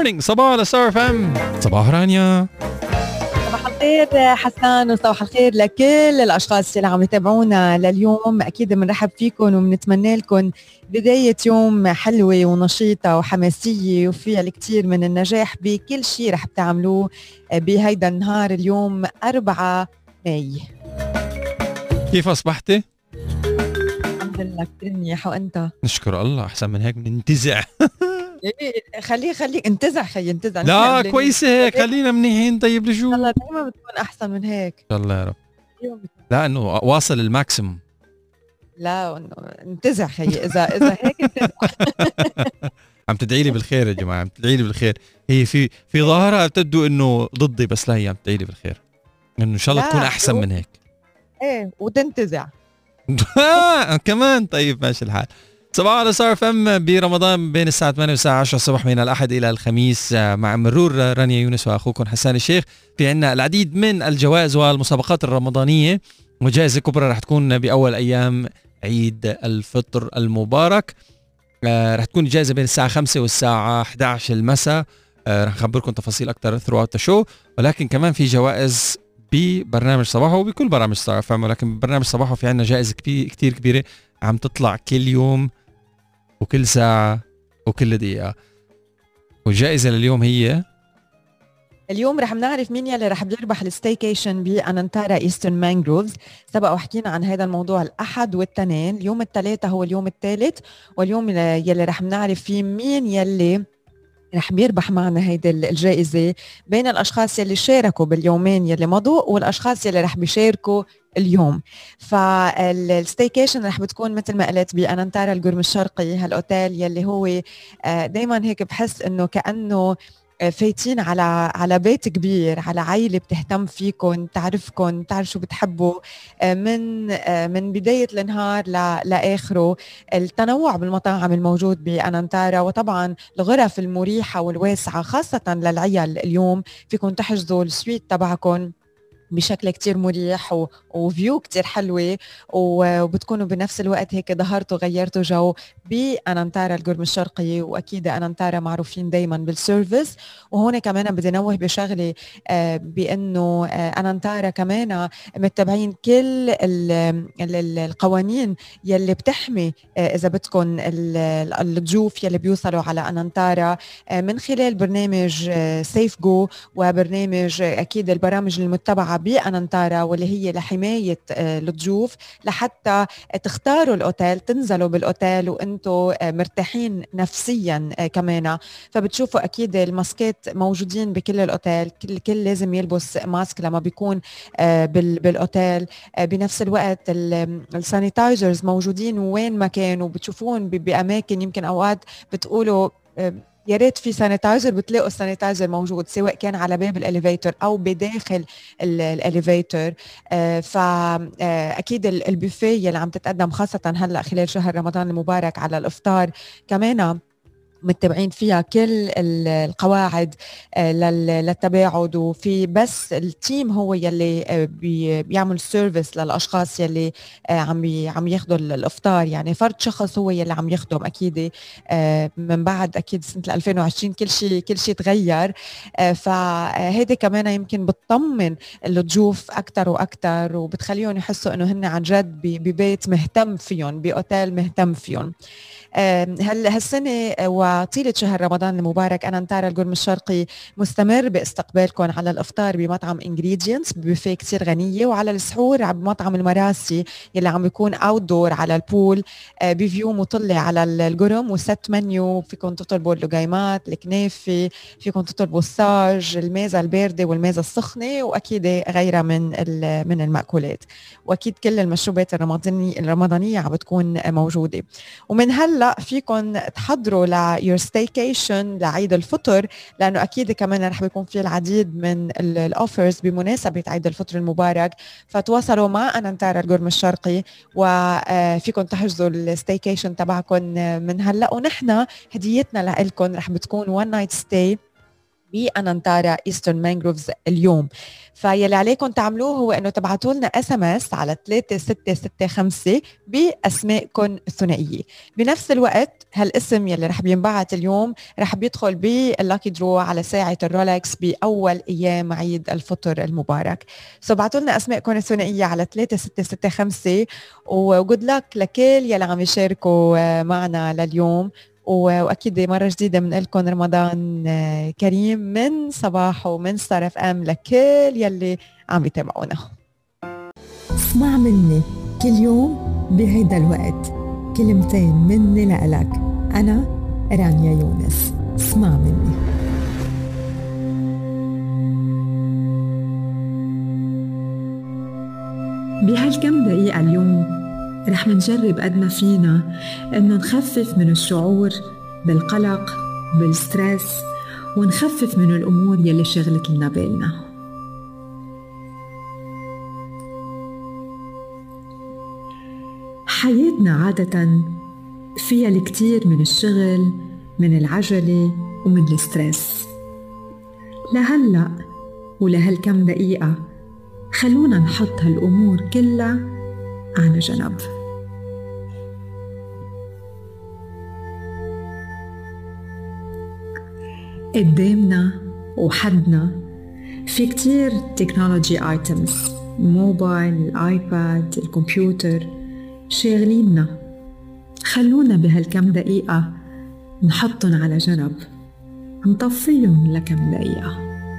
مورنينج، صباح على ستار اف ام. صباح رانيا. صباح الخير حسان، وصباح الخير لكل الاشخاص اللي عم يتابعونا لليوم. اكيد بنرحب فيكم وبنتمنى لكم بدايه يوم حلوه ونشيطه وحماسيه وفيها الكثير من النجاح بكل شيء رح بتعملوه بهيدا النهار اليوم 4 ماي. كيف اصبحتي؟ الحمد لله كثير منيح، وانت؟ نشكر الله، احسن من هيك بننتزع. خليك انتزع انتزع. لا كويسه هيك، خلينا منيحين. طيب لشو؟ الله دائما بتكون احسن من هيك ان شاء الله يا رب. لا انه واصل الماكسيموم. لا انه انتزع اذا هيك انتزع. عم تدعي لي بالخير يا جماعه، عم تدعي لي بالخير. هي في ظاهرها تبدو انه ضدي، بس لا هي عم تدعي لي بالخير انه ان شاء الله تكون احسن من هيك. ايه وتنتزع كمان. طيب ماشي الحال. صباح على ستار اف ام برمضان بين الساعة 8 والساعة 10 الصبح من الأحد إلى الخميس، مع مرور رانيا يونس وأخوكم حسان الشيخ. في عنا العديد من الجوائز والمسابقات الرمضانية، وجائزة كبرى رح تكون بأول أيام عيد الفطر المبارك. رح تكون الجائزة بين الساعة 5 والساعة 11 المساء. رح نخبركم تفاصيل أكثر throughout the show. ولكن كمان في جوائز ببرنامج صباحه وبكل برامج ستار اف ام، ولكن ببرنامج صباحه في عنا جائزة كتير كبيرة عم تطلع كل يوم وكل ساعة وكل دقيقة. والجائزة لليوم هي اليوم رح نعرف مين يلي رح بيربح الستيكيشن بأنانتارا ايسترن مانجروفز. سبق وحكينا عن هذا الموضوع الأحد والتنين. اليوم الثلاثة هو اليوم الثالث، واليوم يلي رح نعرف فيه مين يلي رح بيربح معنا هيدي الجائزة بين الأشخاص يلي شاركوا باليومين يلي مضوا والأشخاص يلي رح بيشاركوا اليوم. فالستيكيشن رح بتكون مثل ما قلت بأنانتارا القرم الشرقي، هالأوتيل يلي هو دايما هيك بحس إنه كأنه فايتين على بيت كبير، على عائلة بتهتم فيكم، تعرفكم، تعرف شو بتحبوا من بداية النهار لآخره. التنوع بالمطاعم الموجود بأنانتارا، وطبعا الغرف المريحة والواسعة خاصة للعيال. اليوم فيكم تحجزوا السويت تبعكم بشكل كتير مريح وفيو كتير حلوة، وبتكونوا بنفس الوقت هيك ظهرتوا غيرتوا جو بأنانتارا القرم الشرقي. وأكيد أنانتارا معروفين دايما بالسيرفيس. وهون كمان بدي نوه بشغلة بأنه أنانتارا كمان متبعين كل القوانين يلي بتحمي إذا بدكم الضيوف يلي بيوصلوا على أنانتارا من خلال برنامج سيف جو، وبرنامج أكيد البرامج المتبعة بأنانتارا واللي هي لحماية الضيوف، لحتى تختاروا الأوتيل، تنزلوا بالأوتيل وأنتوا مرتاحين نفسيا كمان. فبتشوفوا أكيد الماسكات موجودين بكل الأوتيل، كل لازم يلبس ماسك لما بيكون بالأوتيل. بنفس الوقت السانيتايزرز موجودين وين ما كانوا، بتشوفون بأماكن يمكن أوقات بتقولوا يا ريت في سانيتايزر، بتلاقوا السانيتايزر موجود سواء كان على باب الاليفيتور او بداخل الاليفيتور. فاكيد البوفيه اللي عم تتقدم خاصه هلا خلال شهر رمضان المبارك على الافطار كمان متبعين فيها كل القواعد للتباعد. وفي بس التيم هو يلي بيعمل سيرفيس للاشخاص يلي عم ياخذوا الافطار. يعني فرد شخص هو يلي عم يخدم. اكيد من بعد اكيد سنه 2020 كل شيء تغير. فهيدي كمان يمكن بتطمن الضيوف اكثر واكثر، وبتخليهم يحسوا انه هن عن جد ببيت مهتم فيهم، باوتيل مهتم فيهم. هالسنة وطيلة شهر رمضان المبارك أنانتارا القرم الشرقي مستمر باستقبالكم على الإفطار بمطعم انجريدينتس ببوفيه كتير غنية، وعلى السحور بمطعم المراسي يلي عم بيكون اوت دور على البول بفيو مطلة على القرم، وست منيو فيكم تطلبوا اللقيمات، الكنافة، فيكم تطلبوا الصاج، الميزة الباردة والميزة السخنة، وأكيد غيرها من المأكولات. وأكيد كل المشروبات الرمضانية عم بتكون موجودة. ومن هلا فيكم تحضروا ليور ستيكيشن لعيد الفطر، لانه اكيد كمان رح بيكون في العديد من الاوفرز بمناسبه عيد الفطر المبارك. فتواصلوا مع أنانتارا القرم الشرقي وفيكم تحجزوا الستيكيشن تبعكم من هلا. ونحن هديتنا لكم رح بتكون 1 نايت ستاي بأنانتارا إيسترن مانجروفز اليوم. فيلي عليكم تعملوه هو انه تبعتوا لنا SMS على 3665 باسمائكم الثنائيه. بنفس الوقت هالاسم يلي رح بينبعت اليوم رح بيدخل باللاكي درو على ساعه الرولكس باول ايام عيد الفطر المبارك. ابعتوا لنا اسمائكم الثنائيه على 3665 وجود لك لكل يلي عم يشاركوا معنا لليوم. واكيد مره جديده بنقول لكم رمضان كريم من صباح ومن ستار اف ام لكل يلي عم يتابعونا. اسمع مني كل يوم بهيدا الوقت كلمتين مني لإلك. انا رانيا يونس. اسمع مني. بهالكم دقيقة اليوم رح منجرب قد ما فينا إنه نخفف من الشعور بالقلق بالستريس ونخفف من الأمور يلي شغلت لنا بالنا. حياتنا عادة فيها الكثير من الشغل من العجلة ومن الستريس. لهلأ ولهالكم دقيقة خلونا نحط هالأمور كلها على جنب. قدامنا وحدنا في كتير تكنولوجي ايتمز، الموبايل، الايباد، الكمبيوتر شاغليننا. خلونا بهالكم دقيقة نحطن على جنب، نطفيهم لكم دقيقة.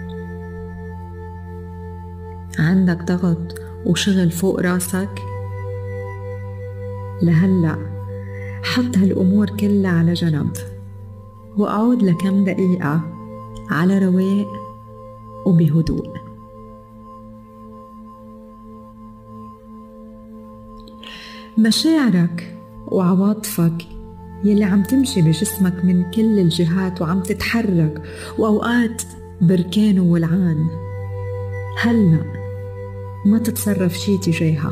عندك ضغط وشغل فوق راسك؟ لهلأ حط هالأمور كلها على جنب وأعود لكم دقيقة على رواق وبهدوء. مشاعرك وعواطفك يلي عم تمشي بجسمك من كل الجهات وعم تتحرك وأوقات بركان وولعان، هلأ ما تتصرف شي تجاهها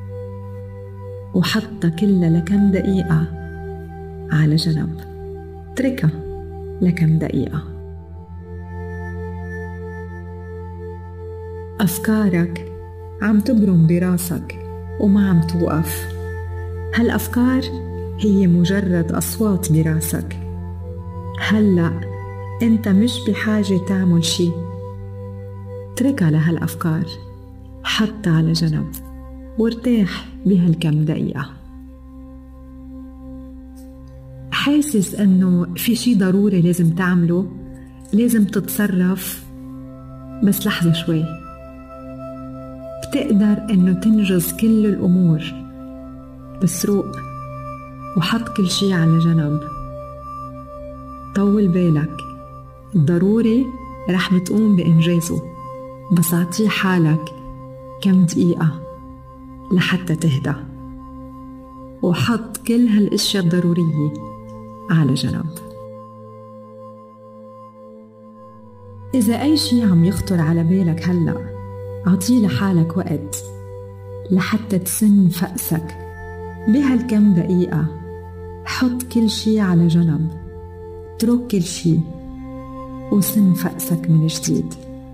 وحطها كلها لكم دقيقة على جنب. اتركها لكم دقيقة. أفكارك عم تبرم براسك وما عم توقف. هالأفكار هي مجرد أصوات براسك. هلأ أنت مش بحاجة تعمل شي. اتركها لهالأفكار، حطها على جنب وارتاح بهالكم دقيقة. حاسس انه في شي ضروري لازم تعمله، لازم تتصرف، بس لحظة شوي. بتقدر انه تنجز كل الامور، بس روق وحط كل شي على جنب. طول بالك، الضروري رح بتقوم بإنجازه، بس اعطيه حالك كم دقيقة لحتى تهدى وحط كل هالاشياء الضرورية على جنب. إذا أي شي عم يخطر على بالك هلأ أعطيه لحالك وقت لحتى تسن فأسك. بهالكم دقيقة حط كل شي على جنب، اترك كل شي وسن فأسك من جديد.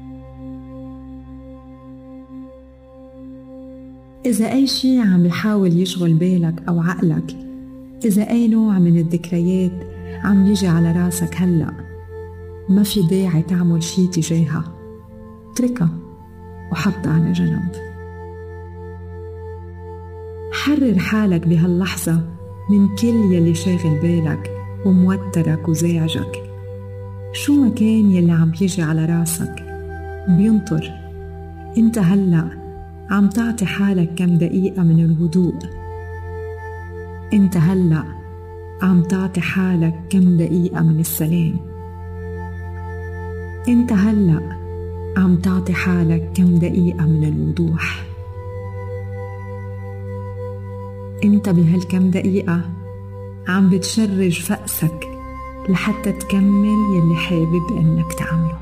إذا أي شي عم يحاول يشغل بالك أو عقلك، إذا أي نوع من الذكريات عم يجي على راسك هلأ، ما في داعي تعمل شي تجاهها. اتركها وحطها على جنب. حرر حالك بهاللحظة من كل يلي شاغل بالك وموترك وزعجك. شو ما كان يلي عم يجي على راسك بينطر. انت هلأ عم تعطي حالك كم دقيقة من الهدوء. انت هلأ عم تعطي حالك كم دقيقة من السلام. انت هلأ عم تعطي حالك كم دقيقة من الوضوح. انت بهالكم دقيقة عم بتشرج فأسك لحتى تكمل يلي حابب انك تعمله.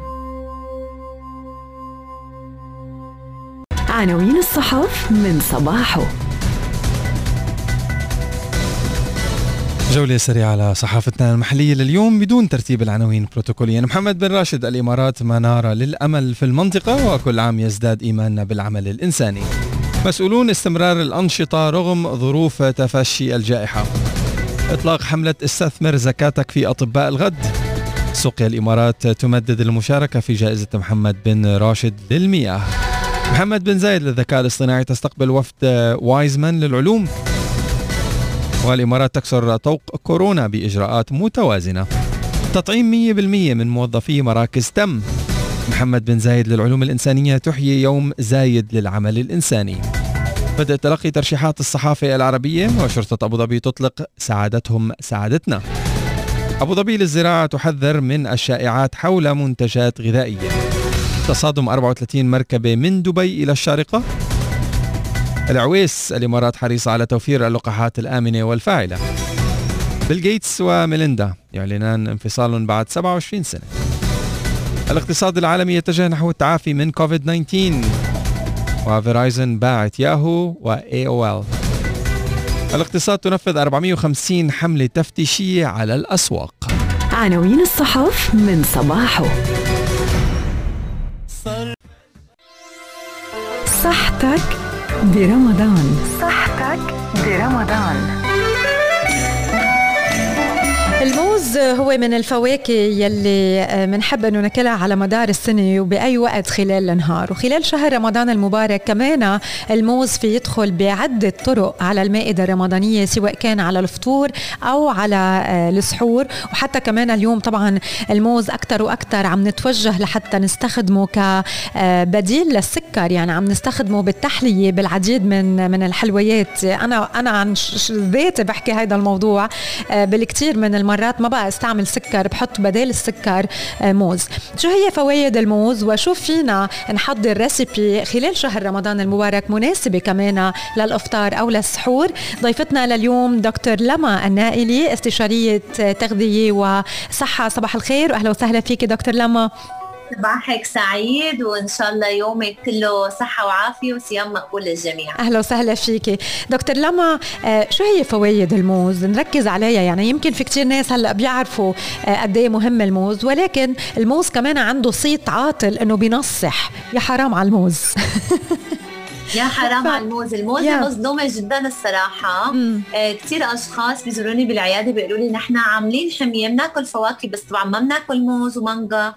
عناوين الصحف من صباحه. جولة سريعة على صحافتنا المحلية لليوم بدون ترتيب العناوين بروتوكوليا. محمد بن راشد: الإمارات منارة للأمل في المنطقة، وكل عام يزداد إيماننا بالعمل الإنساني. مسؤولون: استمرار الأنشطة رغم ظروف تفشي الجائحة. إطلاق حملة استثمر زكاتك في أطباء الغد. سقيا الإمارات تمدد المشاركة في جائزة محمد بن راشد للمياه. محمد بن زايد للذكاء الاصطناعي تستقبل وفد وايزمان للعلوم. والإمارات تكسر طوق كورونا بإجراءات متوازنة. تطعيم 100% من موظفي مراكز تم. محمد بن زايد للعلوم الإنسانية تحيي يوم زايد للعمل الإنساني. بدأ تلقي ترشيحات الصحافة العربية، وشرطة أبو ظبي تطلق سعادتهم سعادتنا. أبو ظبي للزراعة تحذر من الشائعات حول منتجات غذائية. تصادم 34 مركبة من دبي إلى الشارقة. العويس: الإمارات حريصة على توفير اللقاحات الآمنة والفاعلة. بيل غيتس وميليندا يعلنان انفصال بعد 27 سنة. الاقتصاد العالمي يتجه نحو التعافي من كوفيد-19. وفيرايزن باعت ياهو و AOL. الاقتصاد تنفذ 450 حملة تفتيشية على الأسواق. عناوين الصحف من صباحه. صحتك برمضان. صحتك برمضان. الموز هو من الفواكه يلي منحب انه ناكلها على مدار السنه وباي وقت خلال النهار، وخلال شهر رمضان المبارك كمان الموز في يدخل بعده طرق على المائده الرمضانيه، سواء كان على الفطور او على السحور. وحتى كمان اليوم طبعا الموز اكثر واكثر عم نتوجه لحتى نستخدمه كبديل للسكر، يعني عم نستخدمه بالتحليه بالعديد من الحلويات. انا عن ذاتي بحكي هذا الموضوع، بالكثير من مرات ما بقى استعمل سكر، بحط بدال السكر موز. شو هي فوائد الموز وشو فينا نحضر ريسيبي خلال شهر رمضان المبارك مناسبة كمان للإفطار أو للسحور؟ ضيفتنا لليوم دكتور لما النائلي، استشارية تغذية وصحة. صباح الخير وأهلا وسهلا فيك دكتور لما. صباحك سعيد وإن شاء الله يومك كله صحة وعافية وصيام مقبول للجميع. أهلا وسهلا فيكي دكتور لما. شو هي فوائد الموز؟ نركز عليها، يعني يمكن في كتير ناس هلأ بيعرفوا قد ايه مهم الموز، ولكن الموز كمان عنده صيت عاطل إنه بينصح. يا حرام على الموز. يا حرام على الموز. مظلومة جدا الصراحة. كتير أشخاص بيزوروني بالعيادة بيقولوا لي نحن عاملين حمية بناكل فواكه بس طبعا ما بناكل موز ومانجا.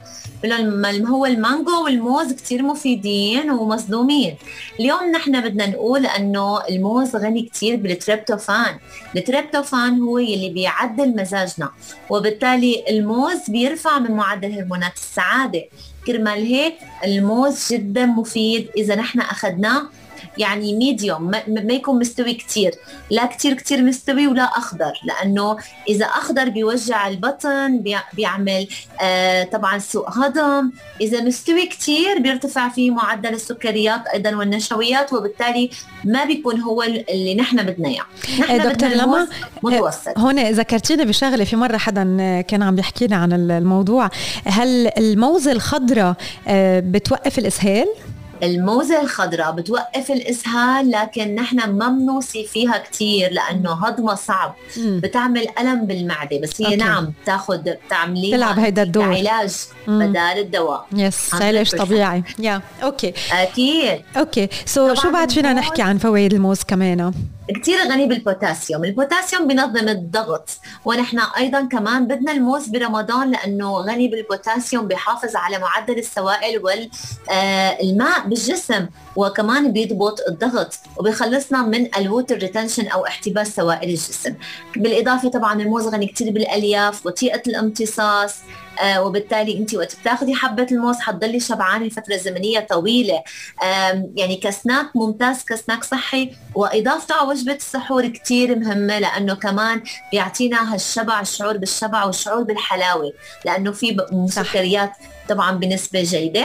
هو المانجو والموز كتير مفيدين ومظلومين. اليوم نحن بدنا نقول أنه الموز غني كتير بالتريبتوفان. التريبتوفان هو يلي بيعدل مزاجنا، وبالتالي الموز بيرفع من معدل هرمونات السعادة. كرمال هيك الموز جدا مفيد إذا نحن أخذناه يعني ميديوم، ما يكون مستوي كتير، لا كتير مستوي ولا أخضر، لأنه إذا أخضر بيوجع البطن، بيعمل طبعا سوء هضم. إذا مستوي كتير بيرتفع فيه معدل السكريات أيضا والنشويات، وبالتالي ما بيكون هو اللي نحن بدنا إياه. دكتور لما متوسط. هون ذكرتينا بشغلة، في مرة حدا كان عم بيحكينا عن الموضوع، هل الموزة الخضراء بتوقف الإسهال؟ الموزة الخضراء بتوقف الإسهال، لكن نحن ما بنوصي فيها كتير لأنه هضمها صعب. بتعمل ألم بالمعدة، بس هي نعم بتعمليها تلعب هيدا الدور كعلاج بدال الدواء. يس، علاج طبيعي. أوكي أكيد. أوكي شو بعد فينا نحكي عن فوائد الموز كمان؟ كتير غني بالبوتاسيوم. البوتاسيوم بينظم الضغط، ونحن أيضا كمان بدنا الموز برمضان لأنه غني بالبوتاسيوم، بيحافظ على معدل السوائل والماء بالجسم، وكمان بيضبط الضغط وبيخلصنا من الووتر ريتنشن أو احتباس سوائل الجسم. بالإضافة طبعا الموز غني كتير بالألياف، بطيئة الامتصاص، وبالتالي انت وقت بتاخذي حبه الموز حتضلي شبعانه لفتره زمنيه طويله. يعني كسناك ممتاز، كسناك صحي، واضافته على وجبه السحور كتير مهمه، لانه كمان بيعطينا هالشبع، الشعور بالشبع والشعور بالحلاوه، لانه في سكريات طبعا بنسبه جيده،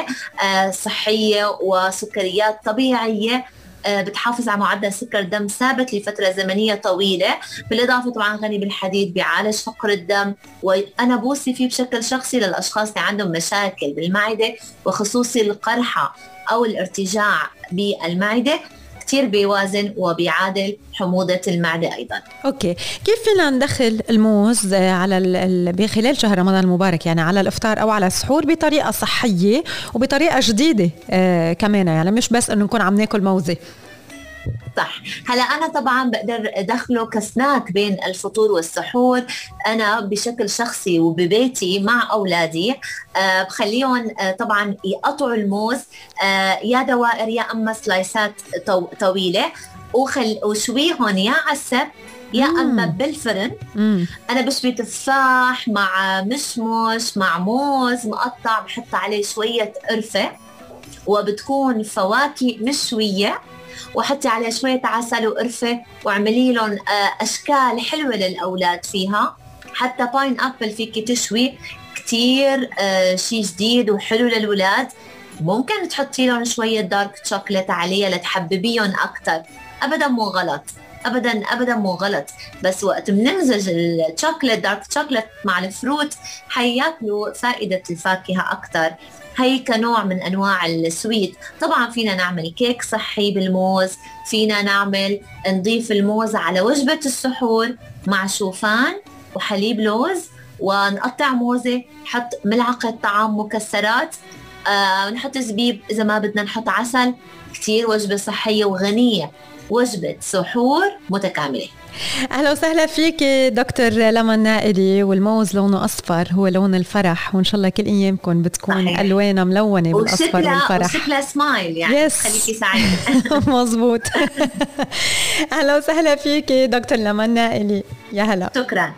صحيه، وسكريات طبيعيه بتحافظ على معدل سكر دم ثابت لفترة زمنية طويلة. بالإضافة طبعا غني بالحديد، بيعالج فقر الدم، وأنا بوصي فيه بشكل شخصي للأشخاص اللي عندهم مشاكل بالمعدة، وخصوصي القرحة أو الارتجاع بالمعدة. كتير بيوازن وبيعادل حموضة المعدة أيضا. أوكي، كيف فينا ندخل الموز على بخلال شهر رمضان المبارك، يعني على الإفطار أو على السحور بطريقة صحية وبطريقة جديدة كمان، يعني مش بس إنه نكون عم ناكل موزة؟ صح. هلا أنا طبعا بقدر أدخله كسناك بين الفطور والسحور. أنا بشكل شخصي وببيتي مع أولادي بخليهم طبعا يقطعوا الموز يا دوائر يا أما سلايسات طويلة، وشويهم يا على السب يا أما بالفرن. أنا بشوي تفاح مع مشمش مع موز مقطع، بحط عليه شوية قرفة وبتكون فواكه مشوية، وحطي عليه شوية عسل وقرفة، واعملي لهم أشكال حلوة للأولاد فيها. حتى باين أبل فيكي تشوي كتير شيء جديد وحلو للولاد. ممكن تحطي لهم شوية دارك شوكولات عليها لتحببيهم أكتر. أبدا مو غلط، أبدا مو غلط. بس وقت بنمزج الشوكولات دارك شوكولات مع الفروت حياكلوا فائدة الفاكهة أكتر. هي كنوع من أنواع السويت. طبعا فينا نعمل كيك صحي بالموز، فينا نضيف الموز على وجبة السحور مع شوفان وحليب لوز، ونقطع موزة، نحط ملعقة طعام مكسرات، نحط زبيب إذا ما بدنا نحط عسل. كتير وجبة صحية وغنية، وجبة سحور متكاملة. أهلا وسهلا فيك دكتور لمن نائلي. والموز لونه أصفر، هو لون الفرح، وإن شاء الله كل أيامكم بتكون ألوانها ملونة بالأصفر والفرح. وشكلها سمايل، يعني خليكي سعيدة. مظبوط. أهلا وسهلا فيك دكتور لمن نائلي، يا هلا. شكرا.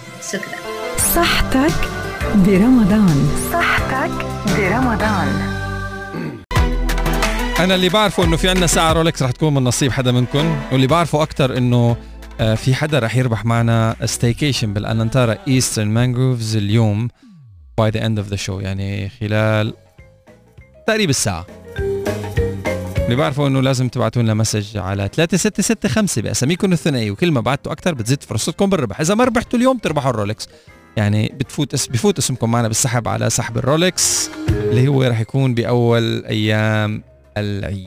صحتك برمضان. صحتك برمضان. أنا اللي بعرفه إنه في عنا ساعة رولكس رح تكون من نصيب حدا منكم، واللي بعرفه أكتر إنه في حدا رح يربح معنا ستيكيشن بالأنانتارا إيسترن مانغروفز اليوم by the end of the show، يعني خلال تقريبا الساعة. اللي بعرفه إنه لازم تبعتوا لنا مسج على 3665 بأساميكم الثنائية، وكل ما بعتوا أكتر بتزيد فرصتكم بالربح. إذا ما ربحتوا اليوم تربحوا الرولكس، يعني بفوت اسمكم معنا بالسحب على سحب الرولكس اللي هو رح يكون بأول أيام العيد.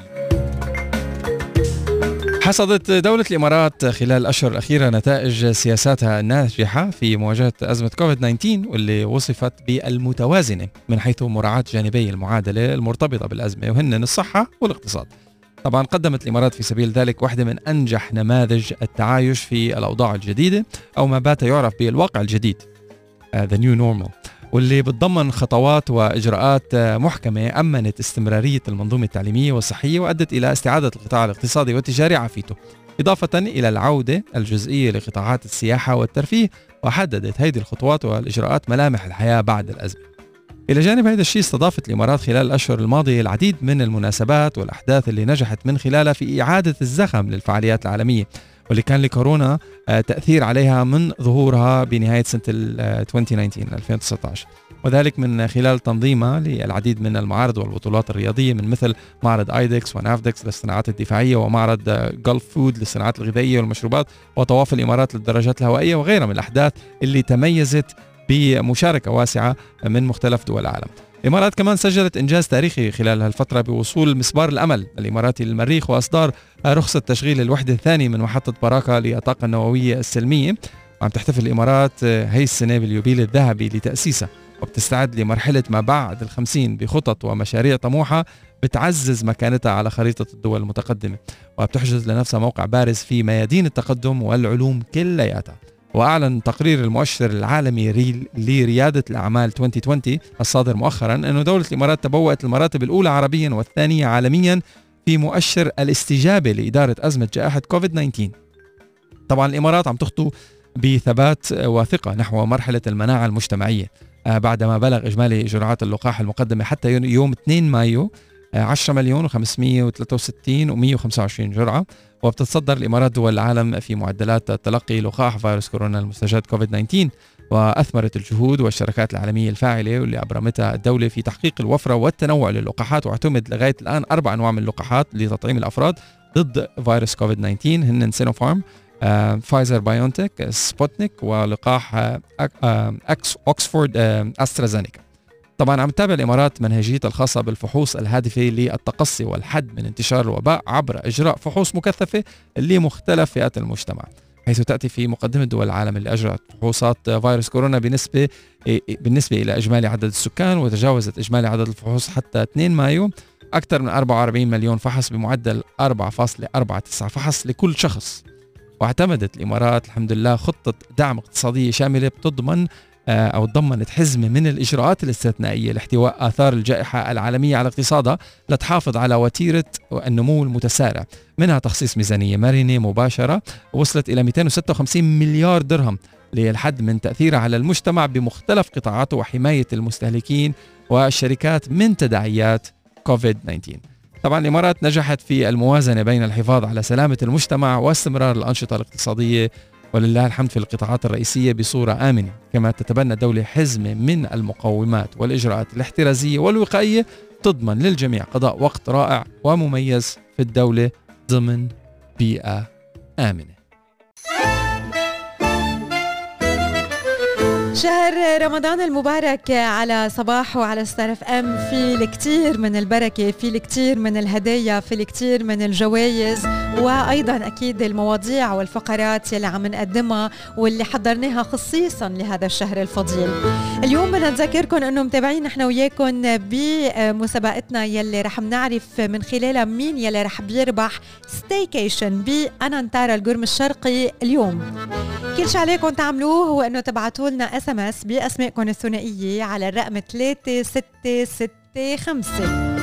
حصدت دولة الإمارات خلال الأشهر الأخيرة نتائج سياساتها الناجحة في مواجهة أزمة كوفيد-19، واللي وصفت بالمتوازنة من حيث مراعاة جانبي المعادلة المرتبطة بالأزمة، وهن الصحة والاقتصاد. طبعا قدمت الإمارات في سبيل ذلك واحدة من أنجح نماذج التعايش في الأوضاع الجديدة، أو ما بات يعرف بالواقع الجديد The New Normal، واللي بتضمن خطوات وإجراءات محكمة أمنت استمرارية المنظومة التعليمية والصحية، وأدت إلى استعادة القطاع الاقتصادي والتجاري عافيته، إضافة إلى العودة الجزئية لقطاعات السياحة والترفيه. وحددت هذه الخطوات والإجراءات ملامح الحياة بعد الأزمة. إلى جانب هذا الشيء، استضافت الإمارات خلال الأشهر الماضية العديد من المناسبات والأحداث اللي نجحت من خلالها في إعادة الزخم للفعاليات العالمية، واللي كان لكورونا تأثير عليها من ظهورها بنهاية سنة 2019، وذلك من خلال تنظيمها للعديد من المعارض والبطولات الرياضية، من مثل معرض آيدكس ونافدكس للصناعات الدفاعية، ومعرض جولف فود للصناعات الغذائية والمشروبات، وطواف الإمارات للدراجات الهوائية، وغيرها من الأحداث اللي تميزت بمشاركة واسعة من مختلف دول العالم. الإمارات كمان سجلت إنجاز تاريخي خلال هالفترة بوصول مسبار الأمل الإماراتي للمريخ، وإصدار رخصة تشغيل الوحدة الثانية من محطة باراكا للطاقة النووية السلمية. وعم تحتفل الإمارات هي السنة باليوبيل الذهبي لتأسيسها، وبتستعد لمرحلة ما بعد 50 بخطط ومشاريع طموحة بتعزز مكانتها على خريطة الدول المتقدمة، وبتحجز لنفسها موقع بارز في ميادين التقدم والعلوم كلياتها. وأعلن تقرير المؤشر العالمي لريادة الأعمال 2020 الصادر مؤخرا أن دولة الإمارات تبوأت المراتب الأولى عربيا والثانية عالميا في مؤشر الاستجابة لإدارة أزمة جائحة كوفيد-19. طبعا الإمارات عم تخطو بثبات وثقة نحو مرحلة المناعة المجتمعية بعدما بلغ إجمالي جرعات اللقاح المقدمة حتى يوم 2 مايو 10,563,125 جرعة، وبتتصدر الإمارات دول العالم في معدلات تلقي لقاح فيروس كورونا المستجد كوفيد-19. وأثمرت الجهود والشركات العالمية الفاعلة واللي أبرمتها الدولة في تحقيق الوفرة والتنوع للقاحات، واعتمد لغاية الآن 4 أنواع من اللقاحات لتطعيم الأفراد ضد فيروس كوفيد-19، هن سينوفارم، فايزر بايونتك، سبوتنيك، ولقاح أوكسفورد أسترازينيكا. طبعا عم تتابع الإمارات منهجيتها الخاصة بالفحوص الهادفة للتقصي والحد من انتشار الوباء عبر إجراء فحوص مكثفة لمختلف فئات المجتمع، حيث تأتي في مقدمة دول العالم اللي أجرت فحوصات فيروس كورونا بالنسبة إلى إجمالي عدد السكان، وتجاوزت إجمالي عدد الفحوص حتى 2 مايو أكثر من 44 مليون فحص بمعدل 4.49 فحص لكل شخص. واعتمدت الإمارات الحمد لله خطة دعم اقتصادية شاملة بتضمن أو ضمنت حزمة من الإجراءات الاستثنائية لاحتواء آثار الجائحة العالمية على اقتصادها لتحافظ على وتيرة النمو المتسارع، منها تخصيص ميزانية مرنة مباشرة وصلت إلى 256 مليار درهم للحد من تأثيرها على المجتمع بمختلف قطاعاته وحماية المستهلكين والشركات من تداعيات كوفيد-19. طبعا الإمارات نجحت في الموازنة بين الحفاظ على سلامة المجتمع واستمرار الأنشطة الاقتصادية ولله الحمد في القطاعات الرئيسية بصورة آمنة، كما تتبنى الدولة حزمة من المقومات والإجراءات الاحترازية والوقائية تضمن للجميع قضاء وقت رائع ومميز في الدولة ضمن بيئة آمنة. شهر رمضان المبارك على صباح وعلى ستار اف ام في الكثير من البركة، في الكثير من الهدايا، في الكثير من الجوائز، وأيضا أكيد المواضيع والفقرات يلي عم نقدمها واللي حضرناها خصيصا لهذا الشهر الفضيل. اليوم بدنا نذكركم أنه متابعين نحن وياكم بمسابقتنا يلي رح نعرف من خلالها مين يلي رح بيربح ستيكيشن بأنانتارا القرم الشرقي اليوم. كل شي عليكم تعملوه هو أنه تبعتوا لنا SMS بأسمائكم الثنائية على الرقم 3665.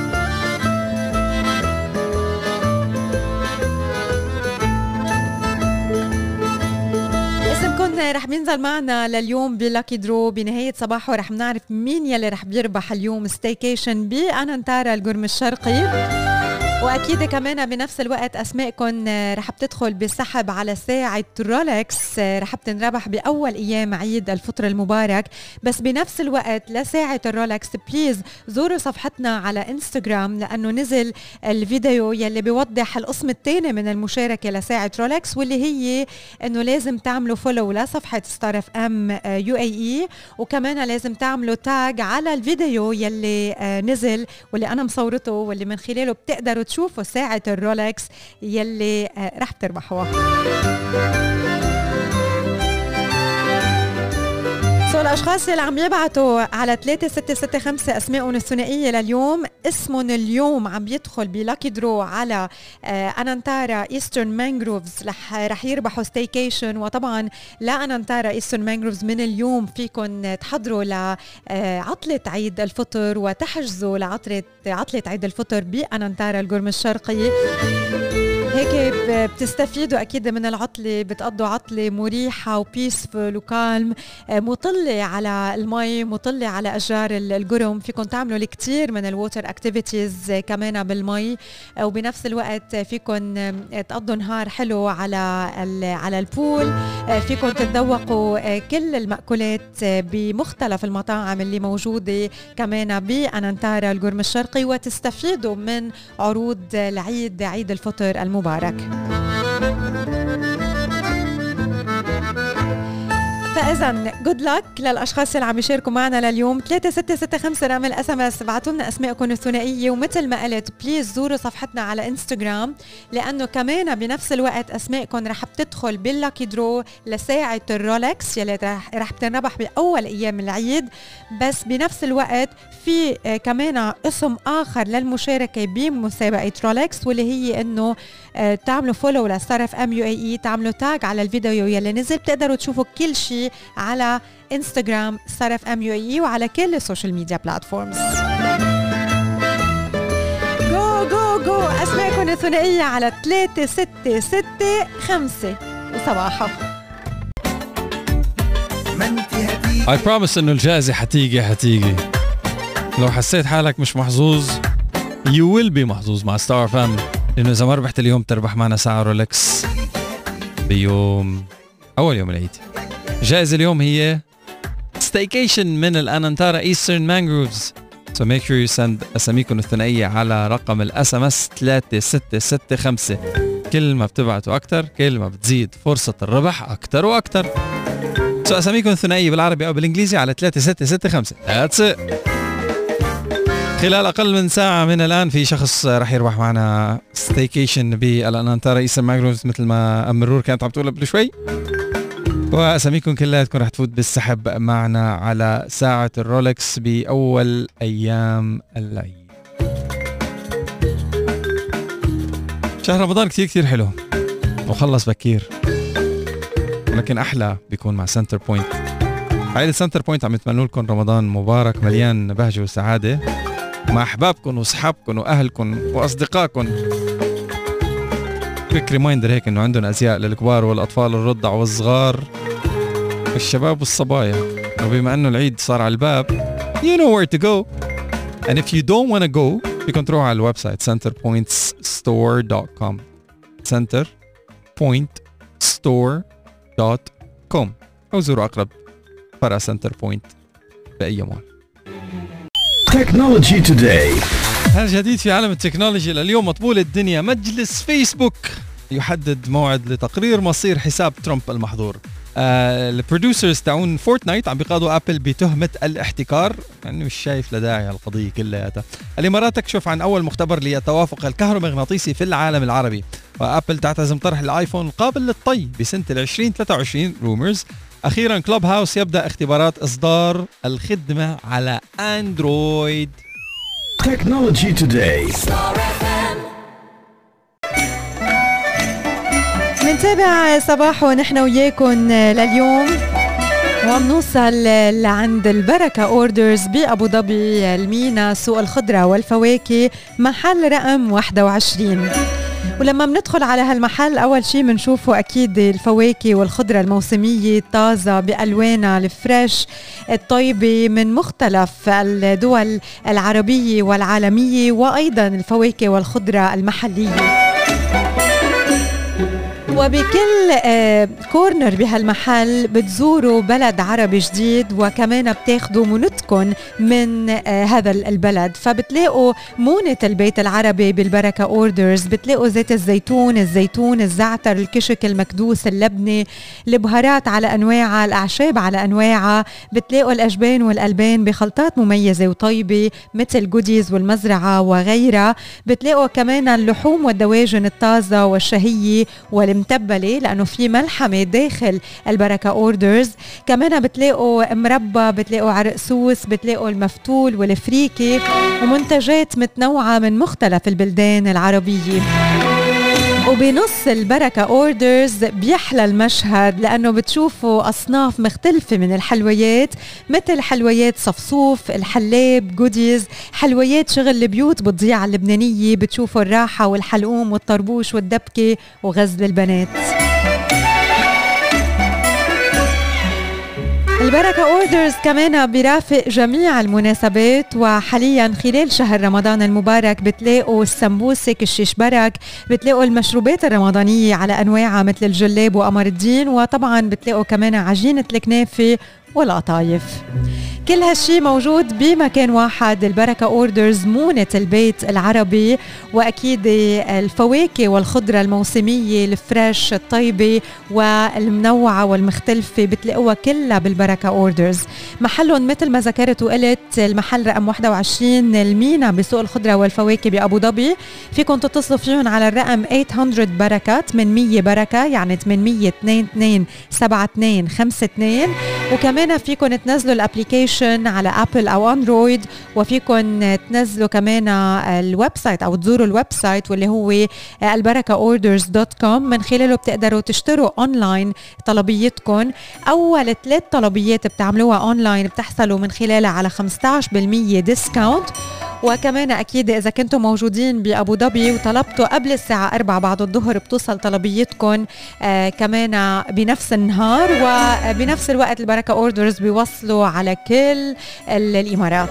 اسمكم رح بينزل معنا لليوم بلاكي درو بنهاية صباحه، رح نعرف مين يلي رح بيربح اليوم ستيكيشن بأنانتارا القرم الشرقي. وأكيد كمان بنفس الوقت أسمائكم رح بتدخل بسحب على ساعة رولكس رح بتنربح بأول أيام عيد الفطر المبارك. بس بنفس الوقت لساعة الرولكس بليز زوروا صفحتنا على انستغرام، لأنه نزل الفيديو يلي بيوضح القسم الثاني من المشاركة لساعة رولكس، واللي هي أنه لازم تعملوا فولو لصفحة ستار اف ام UAE، وكمان لازم تعملوا تاج على الفيديو يلي نزل واللي أنا مصورته واللي من خلاله بتقدروا تشوفوا ساعة الرولكس يلي رح تربحوها. الأشخاص اللي عم يبعتوا على 3665 أسمائهم الثنائية لليوم، اسمهم اليوم عم يدخل بلاكي درو على أنانتارا إيسترن مانجروفز، رح يربحوا ستيكيشن. وطبعا لأنانتارا إيسترن مانجروفز من اليوم فيكن تحضروا لعطلة عيد الفطر وتحجزوا لعطلة عيد الفطر بأنانتارا القرم الشرقي. هيك بتستفيدوا أكيد من العطلة، بتقضوا عطلة مريحة وبيسفل وكالم، مطلة على المي، مطلة على أشجار القرم. فيكم تعملوا الكثير من الووتر اكتيفيتيز كمان بالمي، وبنفس الوقت فيكم تقضوا نهار حلو على البول. فيكم تتذوقوا كل المأكولات بمختلف المطاعم اللي موجودة كمان بأنانتارا القرم الشرقي، وتستفيدوا من عروض العيد عيد الفطر المبارك. فإذا good luck للأشخاص اللي عم يشاركوا معنا لليوم. 3665 رقم الSMS، بعتوا لنا أسمائكم الثنائية، ومثل ما قلت بليز زوروا صفحتنا على انستغرام، لأنه كمان بنفس الوقت أسمائكم رح بتدخل باللاكي درو لساعة الرولكس يلي رح بتنربح بأول أيام العيد. بس بنفس الوقت في كمان اسم آخر للمشاركة بمسابقة رولكس، واللي هي إنه تعملوا فولو لستار اف ام UAE، تعملوا تاج على الفيديو يلي نزل. بتقدروا تشوفوا كل شيء على انستغرام ستار اف ام UAE وعلى كل السوشيال ميديا بلاتفورمز. جو اسمائكم الثنائية على 3665 وصباحه. I promise انه الجائزة حتيجي. لو حسيت حالك مش محظوظ you will be محظوظ مع ستار اف ام، لانه اذا ما ربحت اليوم تربح معنا ساعة رولكس بيوم اول يوم العيد. الجائزة اليوم هي ستيكيشن من الأنانتارا إيسترن مانجروفز. So make sure you send أساميكم الثنائية على رقم الSMS 3665. كل ما بتبعتوا أكتر كل ما بتزيد فرصة الربح أكتر وأكتر. So أساميكم الثنائية بالعربي أو بالإنجليزي على 3665. That's it. خلال أقل من ساعة من الآن في شخص رح يربح معنا ستيكيشن بالأنانتا رئيس الماكدونالدز مثل ما أم مرور كانت عم تقول قبل شوي، وأساميكم كلياتكم رح تفوت بالسحب معنا على ساعة الرولكس بأول أيام العيد. شهر رمضان كتير حلو وخلص بكير، ولكن أحلى بيكون مع سنتر بوينت. عائلة سنتر بوينت عم يتمنوا لكم رمضان مبارك مليان بهجة وسعادة مع أحبابكم وأصحابكم وأهلكم وأصدقائكم. كويك ريمايندر هيك إنه عندهم أزياء للكبار والأطفال الرضع والصغار الشباب والصبايا، وبما إنه العيد صار على الباب you know where to go. and if you don't want to go فيكم تروحوا على الويب سايت centerpointstore.com centerpointstore.com أو زوروا أقرب فرع سنتر بوينت بأي مول. تكنولوجي توداي. الجديد في عالم التكنولوجيا لليوم مطبول الدنيا. مجلس فيسبوك يحدد موعد لتقرير مصير حساب ترامب المحظور. البروديوسرز تاعون فورتنايت عم بيقاضوا ابل بتهمه الاحتكار، يعني مش شايف لداعي القضيه كلياتها. الامارات تكشف عن اول مختبر للتوافق الكهرومغناطيسي في العالم العربي، وابل تعتزم طرح الايفون القابل للطي بسنه 2023 رومرز. اخيرا كلوب هاوس يبدا اختبارات اصدار الخدمه على اندرويد. تكنولوجي توداي. منتابع صباح ونحن وياكم لليوم، ومنوصل لعند البركة أوردرز بأبو ظبي المينا، سوق الخضرة والفواكه، محل رقم 21. ولما بندخل على هالمحل أول شيء بنشوفه أكيد الفواكه والخضرة الموسمية الطازة بألوانها الفريش الطيبة من مختلف الدول العربية والعالمية، وأيضا الفواكه والخضرة المحلية. وبكل كورنر بهالمحل بتزوروا بلد عربي جديد، وكمان بتاخدوا منتكن من هذا البلد. فبتلاقوا مونة البيت العربي بالبركة أوردرز، بتلاقوا زيت الزيتون، الزعتر، الكشك المكدوس، اللبنة، البهارات على أنواعها، الأعشاب على أنواعها. بتلاقوا الأجبان والألبان بخلطات مميزة وطيبة مثل جوديز والمزرعة وغيرها. بتلاقوا كمان اللحوم والدواجن الطازة والشهية والمتبلة لأنه في ملحمة داخل البركة أوردرز. كمان بتلاقوا مربى، بتلاقوا عرق سوس، بتلاقوا المفتول والفريكي، ومنتجات متنوعة من مختلف البلدان العربية. وبنص البركة أوردرز بيحلى المشهد لأنه بتشوفوا أصناف مختلفة من الحلويات، مثل حلويات صفصوف، الحلاب، جوديز، حلويات شغل البيوت بالضيعة اللبنانية. بتشوفوا الراحة والحلقوم والطربوش والدبكة وغزل البنات. البركة أوردرز كمان بيرافق جميع المناسبات، وحاليا خلال شهر رمضان المبارك بتلاقوا السمبوسك، الشيش برك، بتلاقوا المشروبات الرمضانية على أنواعها مثل الجلاب وقمر الدين، وطبعا بتلاقوا كمان عجينة الكنافة والقطايف. كل هالشي موجود بمكان واحد، البركة أوردرز، مونة البيت العربي. وأكيد الفواكه والخضرة الموسمية الفريش الطيبة والمنوعة والمختلفة بتلاقوها كلها بالبركة أوردرز. محلهم مثل ما ذكرت وقلت المحل رقم 21 المينا بسوق الخضرة والفواكه بأبو ظبي. فيكم تتصلوا فيهم على الرقم 800 بركة 800 بركة، يعني 800 7252. وكمان فيكم تنزلوا الابليكيشن على ابل او اندرويد، وفيكم تنزلوا كمان الويب سايت او تزوروا الويب سايت واللي هو البركاoorders.com. من خلاله بتقدروا تشتروا اونلاين طلبيتكم. اول 3 طلبيات بتعملوها اونلاين بتحصلوا من خلالها على 15% ديسكاونت. وكمان أكيد إذا كنتم موجودين بأبو ظبي وطلبتوا قبل الساعة 4 بعد الظهر بتوصل طلبيتكم كمان بنفس النهار. وبنفس الوقت البركة أوردرز بيوصلوا على كل الإمارات.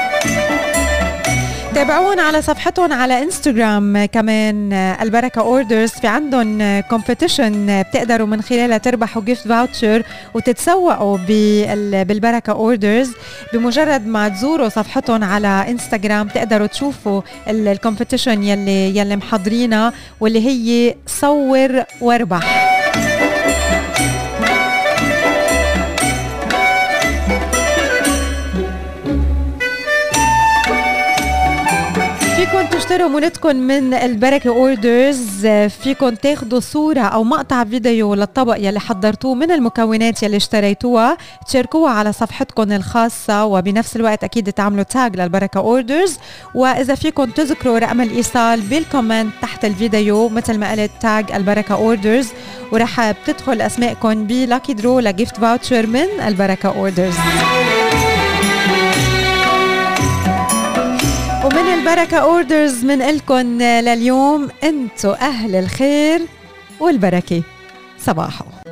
تابعون على صفحتهم على انستغرام كمان البركة أوردرز، في عندهم كومبيتيشن بتقدروا من خلالها تربحوا جيفت فاوتشر وتتسوقوا بالبركة أوردرز. بمجرد ما تزوروا صفحتهم على انستغرام تقدروا تشوفوا الكومبيتيشن يلي محضرينها، واللي هي صور واربح. تشتروا مولتكم من البركة اوردرز فيكم تاخدوا صورة او مقطع فيديو للطبق يلي حضرتوه من المكونات يلي اشتريتوها، تشاركوها على صفحتكم الخاصة، وبنفس الوقت اكيد تعملوا تاج للبركة اوردرز. واذا فيكم تذكروا رقم الايصال بالكومنت تحت الفيديو مثل ما قلت تاج البركة اوردرز، ورح بتدخل اسمائكم بلاكي درو لجيفت فاوتشر من البركة اوردرز. ومن البركة اوردرز من لكم لليوم انتو اهل الخير والبركة. صباحو.